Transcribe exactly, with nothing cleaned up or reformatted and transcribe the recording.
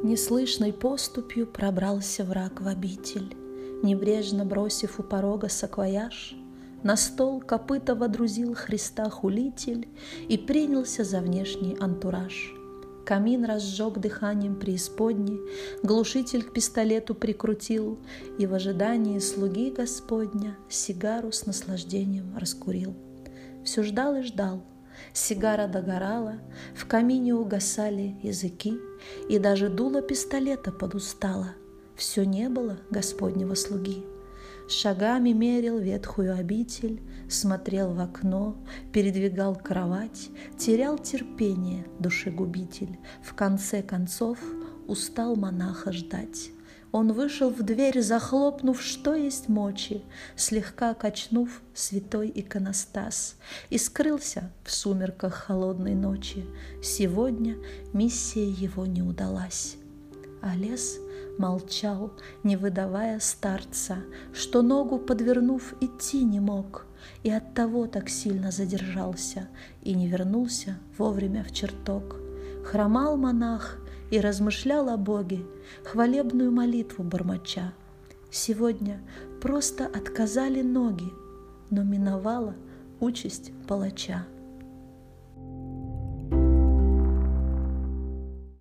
Неслышной поступью пробрался враг в обитель, небрежно бросив у порога саквояж, на стол копыта водрузил Христа хулитель и принялся за внешний антураж. Камин разжег дыханием преисподней, глушитель к пистолету прикрутил и в ожидании слуги Господня сигару с наслаждением раскурил. Все ждал и ждал. Сигара догорала, в камине угасали языки, и даже дуло пистолета подустало. Все не было Господнего слуги. Шагами мерил ветхую обитель, смотрел в окно, передвигал кровать, терял терпение душегубитель. В конце концов устал монаха ждать. Он вышел в дверь, захлопнув, что есть мочи, слегка качнув святой иконостас, и скрылся в сумерках холодной ночи. Сегодня миссия его не удалась. А лес молчал, не выдавая старца, что ногу подвернув идти не мог, и оттого так сильно задержался и не вернулся вовремя в чертог. Хромал монах и размышлял о Боге, хвалебную молитву бормоча. Сегодня просто отказали ноги, но миновала участь палача.